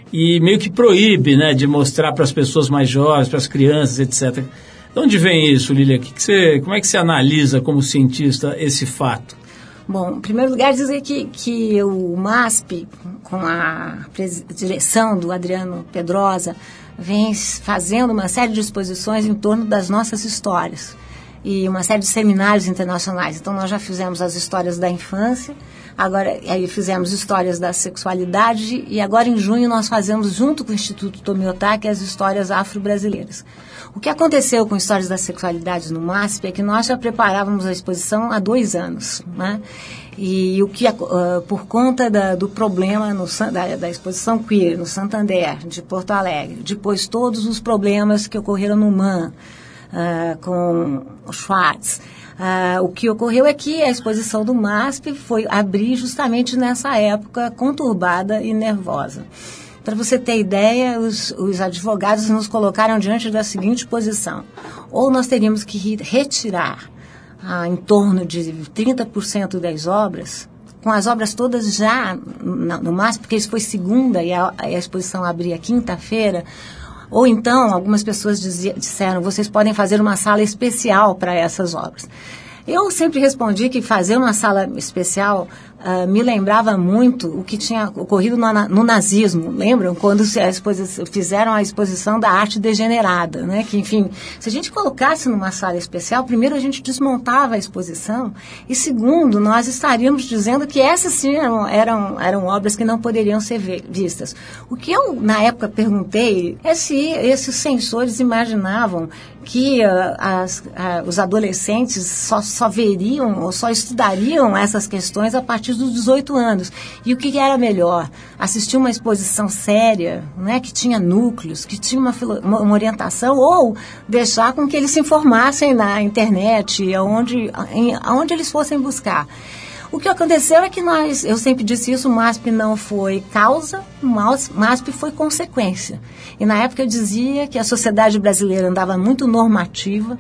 e meio que proíbe, né, de mostrar para as pessoas mais jovens, para as crianças, etcétera. De onde vem isso, Lília? Que que você, como é que você analisa como cientista esse fato? Bom, em primeiro lugar, dizer que, que o MASP, com a direção do Adriano Pedrosa, vem fazendo uma série de exposições em torno das nossas histórias e uma série de seminários internacionais. Então, nós já fizemos as histórias da infância, agora aí fizemos histórias da sexualidade e agora em junho nós fazemos, junto com o Instituto Tomiotaki, as histórias afro-brasileiras. O que aconteceu com histórias da sexualidade no MASP é que nós já preparávamos a exposição há dois anos, né? E o que, uh, por conta da, do problema no, da, da exposição queer no Santander, de Porto Alegre, depois todos os problemas que ocorreram no M A N, uh, com o Schwartz, uh, o que ocorreu é que a exposição do MASP foi abrir justamente nessa época conturbada e nervosa. Para você ter ideia, os, os advogados nos colocaram diante da seguinte posição: ou nós teríamos que retirar ah, em torno de trinta por cento das obras, com as obras todas já no, no MASP, porque isso foi segunda e a, a exposição abria quinta-feira, ou então algumas pessoas dizia, disseram, vocês podem fazer uma sala especial para essas obras. Eu sempre respondi que fazer uma sala especial uh, me lembrava muito o que tinha ocorrido no, no nazismo. Lembram? Quando se a exposição, fizeram a exposição da arte degenerada, né? Que, enfim, se a gente colocasse numa sala especial, primeiro a gente desmontava a exposição e, segundo, nós estaríamos dizendo que essas sim eram, eram, eram obras que não poderiam ser vistas. O que eu, na época, perguntei é se esses censores imaginavam que uh, as, uh, os adolescentes só, só veriam ou só estudariam essas questões a partir dos dezoito anos. E o que era melhor? Assistir uma exposição séria, né, que tinha núcleos, que tinha uma, uma, uma orientação, ou deixar com que eles se informassem na internet, aonde, em, aonde eles fossem buscar. O que aconteceu é que nós, eu sempre disse isso, o MASP não foi causa, o MASP foi consequência. E na época eu dizia que a sociedade brasileira andava muito normativa,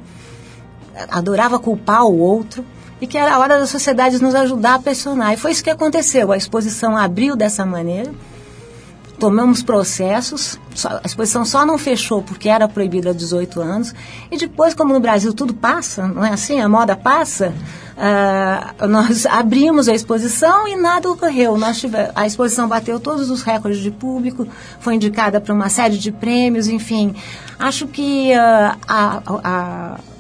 adorava culpar o outro, e que era a hora da sociedade nos ajudar a pressionar. E foi isso que aconteceu. A exposição abriu dessa maneira, tomamos processos, a exposição só não fechou porque era proibida há dezoito anos, e depois, como no Brasil tudo passa, não é assim? A moda passa, uh, nós abrimos a exposição e nada ocorreu. Nós tivemos, a exposição bateu todos os recordes de público, foi indicada para uma série de prêmios, enfim. Acho que uh, a, a,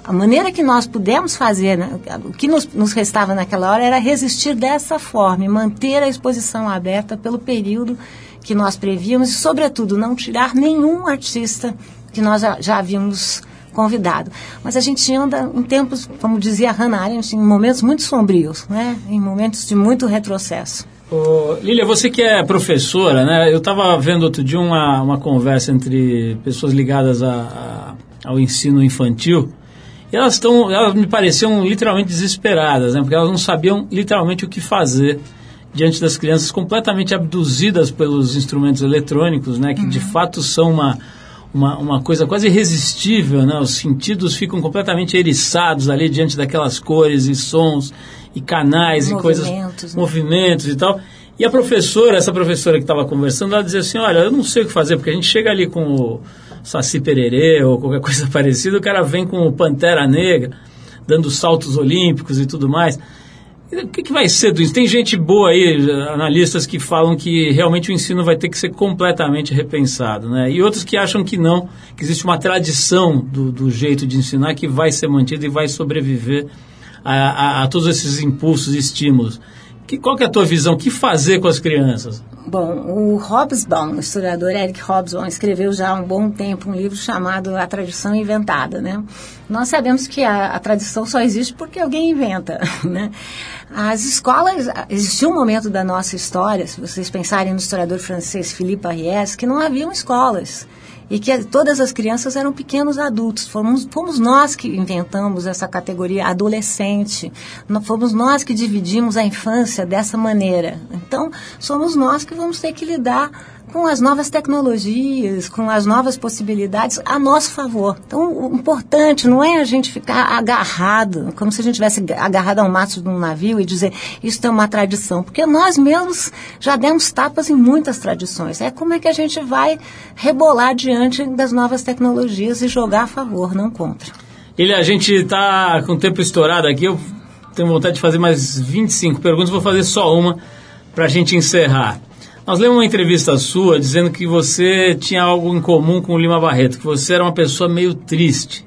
a maneira que nós pudemos fazer, né, o que nos, nos restava naquela hora era resistir dessa forma e manter a exposição aberta pelo período que nós prevíamos e, sobretudo, não tirar nenhum artista que nós já, já havíamos convidado. Mas a gente anda em tempos, como dizia Hannah Arendt, em momentos muito sombrios, né, em momentos de muito retrocesso. Ô, Lília, você que é professora, né? Eu estava vendo outro dia uma, uma conversa entre pessoas ligadas a, a, ao ensino infantil e elas, tão, elas me pareciam literalmente desesperadas, né? Porque elas não sabiam literalmente o que fazer diante das crianças completamente abduzidas pelos instrumentos eletrônicos, né? Que uhum. de fato são uma, uma, uma coisa quase irresistível, né? Os sentidos ficam completamente eriçados ali diante daquelas cores e sons e canais movimentos, e coisas, né? movimentos e tal. E a professora, essa professora que estava conversando, ela dizia assim, olha, eu não sei o que fazer, porque a gente chega ali com o Saci Pererê ou qualquer coisa parecida, o cara vem com o Pantera Negra, dando saltos olímpicos e tudo mais. O que, que vai ser do ensino? Tem gente boa aí, analistas que falam que realmente o ensino vai ter que ser completamente repensado, né? E outros que acham que não, que existe uma tradição do, do jeito de ensinar que vai ser mantida e vai sobreviver A, a, a todos esses impulsos e estímulos. Que, qual que é a tua visão? O que fazer com as crianças? Bom, o Hobsbawm, o historiador Eric Hobsbawm, escreveu já há um bom tempo um livro chamado A Tradição Inventada, né? Nós sabemos que a, a tradição só existe porque alguém inventa, né? As escolas, existiu um momento da nossa história, se vocês pensarem no historiador francês Philippe Ariès, que não haviam escolas. E que todas as crianças eram pequenos adultos. Fomos, fomos nós que inventamos essa categoria adolescente. Fomos nós que dividimos a infância dessa maneira. Então, somos nós que vamos ter que lidar com as novas tecnologias, com as novas possibilidades a nosso favor. Então, o importante não é a gente ficar agarrado, como se a gente tivesse agarrado a um mastro de um navio e dizer, isso é uma tradição, porque nós mesmos já demos tapas em muitas tradições. É como é que a gente vai rebolar diante das novas tecnologias e jogar a favor, não contra. Ele, a gente está com o tempo estourado aqui, eu tenho vontade de fazer mais vinte e cinco perguntas, vou fazer só uma para a gente encerrar. Nós lemos uma entrevista sua dizendo que você tinha algo em comum com o Lima Barreto, que você era uma pessoa meio triste.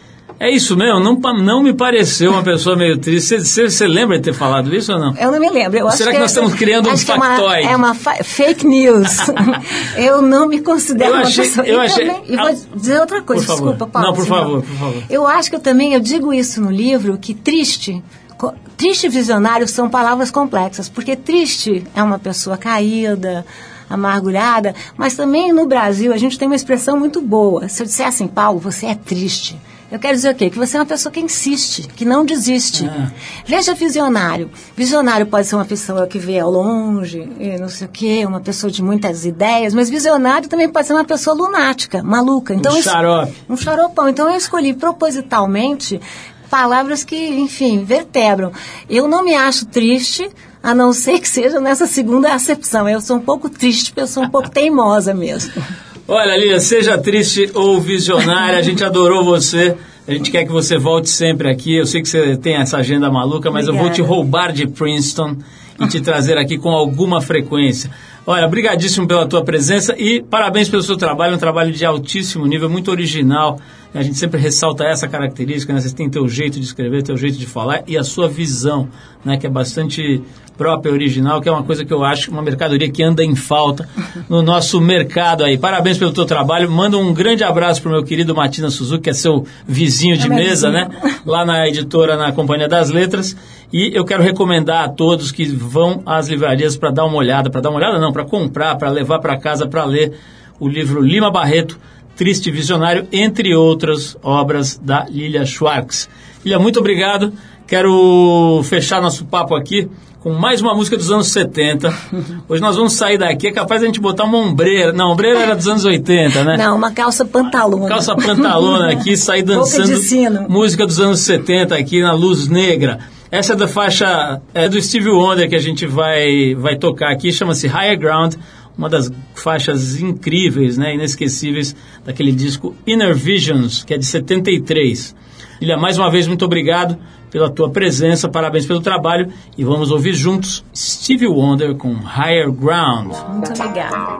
É isso mesmo? Não, não me pareceu uma pessoa meio triste. Você, você lembra de ter falado isso ou não? Eu não me lembro. Eu Será acho que, que nós estamos criando um factoide? É uma, é uma fa- fake news. Eu não me considero eu achei, uma pessoa... Eu e achei... também, e vou dizer outra coisa, por desculpa, Paulo. Não, por favor, por favor. Eu acho que eu também, eu digo isso no livro, que triste... Triste e visionário são palavras complexas, porque triste é uma pessoa caída, amargurada, mas também no Brasil a gente tem uma expressão muito boa. Se eu disser assim, Paulo, você é triste, eu quero dizer o quê? Que você é uma pessoa que insiste, que não desiste. É. Veja visionário. Visionário pode ser uma pessoa que vê ao longe, e não sei o quê, uma pessoa de muitas ideias, mas visionário também pode ser uma pessoa lunática, maluca. Então, um xarope. Um xaropão. Então eu escolhi propositalmente palavras que, enfim, vertebram. Eu não me acho triste, a não ser que seja nessa segunda acepção. Eu sou um pouco triste, porque eu sou um pouco teimosa mesmo. Olha, Lília, seja triste ou visionária, a gente adorou você. A gente quer que você volte sempre aqui. Eu sei que você tem essa agenda maluca, mas Obrigada. Eu vou te roubar de Princeton e te trazer aqui com alguma frequência. Olha, brigadíssimo pela tua presença e parabéns pelo seu trabalho, um trabalho de altíssimo nível, muito original. A gente sempre ressalta essa característica, né? Você tem teu jeito de escrever, teu jeito de falar e a sua visão, né? Que é bastante própria, original, que é uma coisa que eu acho uma mercadoria que anda em falta no nosso mercado aí. Parabéns pelo teu trabalho. Manda um grande abraço pro meu querido Matina Suzuki, que é seu vizinho de é mesa, vizinho. Né? Lá na editora, na Companhia das Letras. E eu quero recomendar a todos que vão às livrarias para dar uma olhada, para dar uma olhada não, para comprar, para levar para casa, para ler o livro Lima Barreto, Triste Visionário, entre outras obras da Lilia Schwartz. Lilia, muito obrigado. Quero fechar nosso papo aqui com mais uma música dos anos setenta. Hoje nós vamos sair daqui, é capaz de a gente botar uma ombreira. Não, ombreira era dos anos oitenta, né? Não, uma calça pantalona. Calça pantalona aqui, sair dançando música dos anos setenta aqui na luz negra. Essa é da faixa é do Stevie Wonder que a gente vai, vai tocar aqui, chama-se Higher Ground, uma das faixas incríveis, né, inesquecíveis daquele disco Inner Visions, que é de setenta e três. Lilia, mais uma vez, muito obrigado pela tua presença, parabéns pelo trabalho e vamos ouvir juntos Stevie Wonder com Higher Ground. Muito obrigada.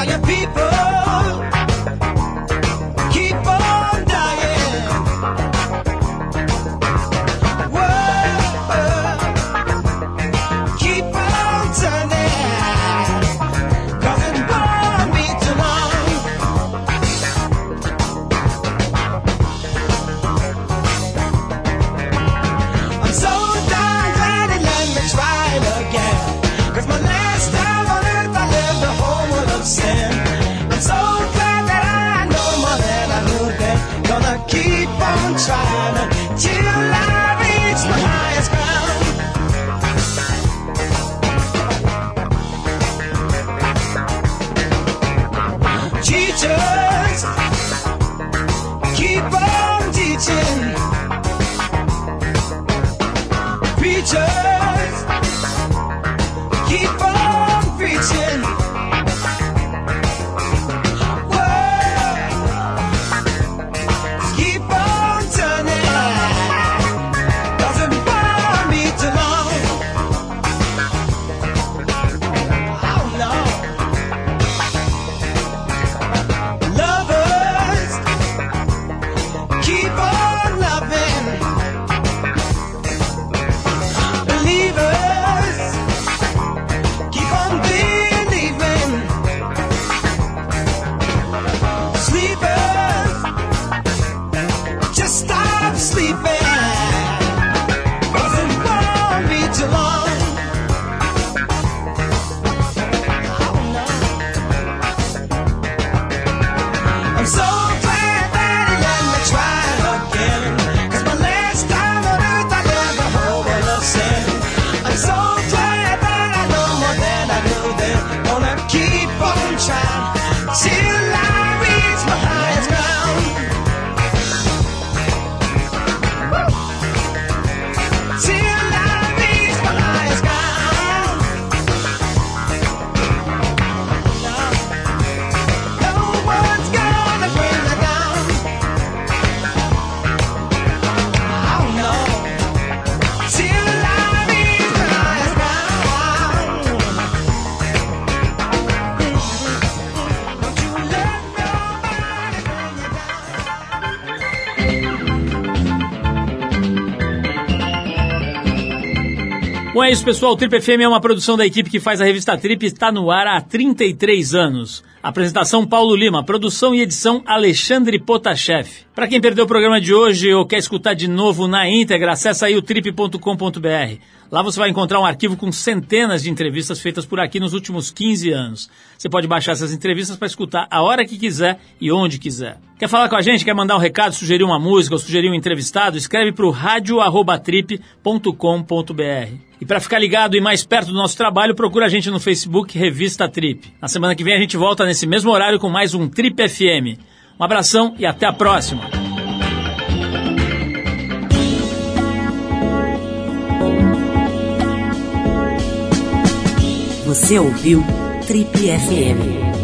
All your people keep on dying. Whoa, keep on turning, 'cause it won't be too long. I'm so done glad it let me try it again, 'cause my last time on earth I lived a whole world of sin. I'm so glad that I know more than I knew then. Gonna keep on trying till I reach my highest ground. Teachers, keep on teaching. Preachers, keep on preaching. Whoa, keep on turning, 'cause it won't be too long. Oh no. Lovers, keep on loving. Believers, keep on believing. Sleepers, just stop sleeping, 'cause it won't be too long. Oh no. I'm so glad that he let me try it again, 'cause my last time on earth I lived a whole world of sin. I'm so glad that I know more than I knew then. Gonna keep on trying till I reach my highest ground. Woo! Till I reach my highest ground. No, no one's gonna bring me down. Oh no. Till I reach my highest ground. Don't you let nobody bring you down. Bom, é isso, pessoal. O Trip F M é uma produção da equipe que faz a revista Trip e está no ar há trinta e três anos. Apresentação Paulo Lima, produção e edição Alexandre Potashev. Para quem perdeu o programa de hoje ou quer escutar de novo na íntegra, acessa aí o trip ponto com ponto b r. Lá você vai encontrar um arquivo com centenas de entrevistas feitas por aqui nos últimos quinze anos. Você pode baixar essas entrevistas para escutar a hora que quiser e onde quiser. Quer falar com a gente? Quer mandar um recado, sugerir uma música ou sugerir um entrevistado? Escreve para o rádio arroba trip ponto com ponto b r. E para ficar ligado e mais perto do nosso trabalho, procura a gente no Facebook Revista Trip. Na semana que vem a gente volta nesse mesmo horário com mais um Trip F M. Um abração e até a próxima. Você ouviu Trip F M.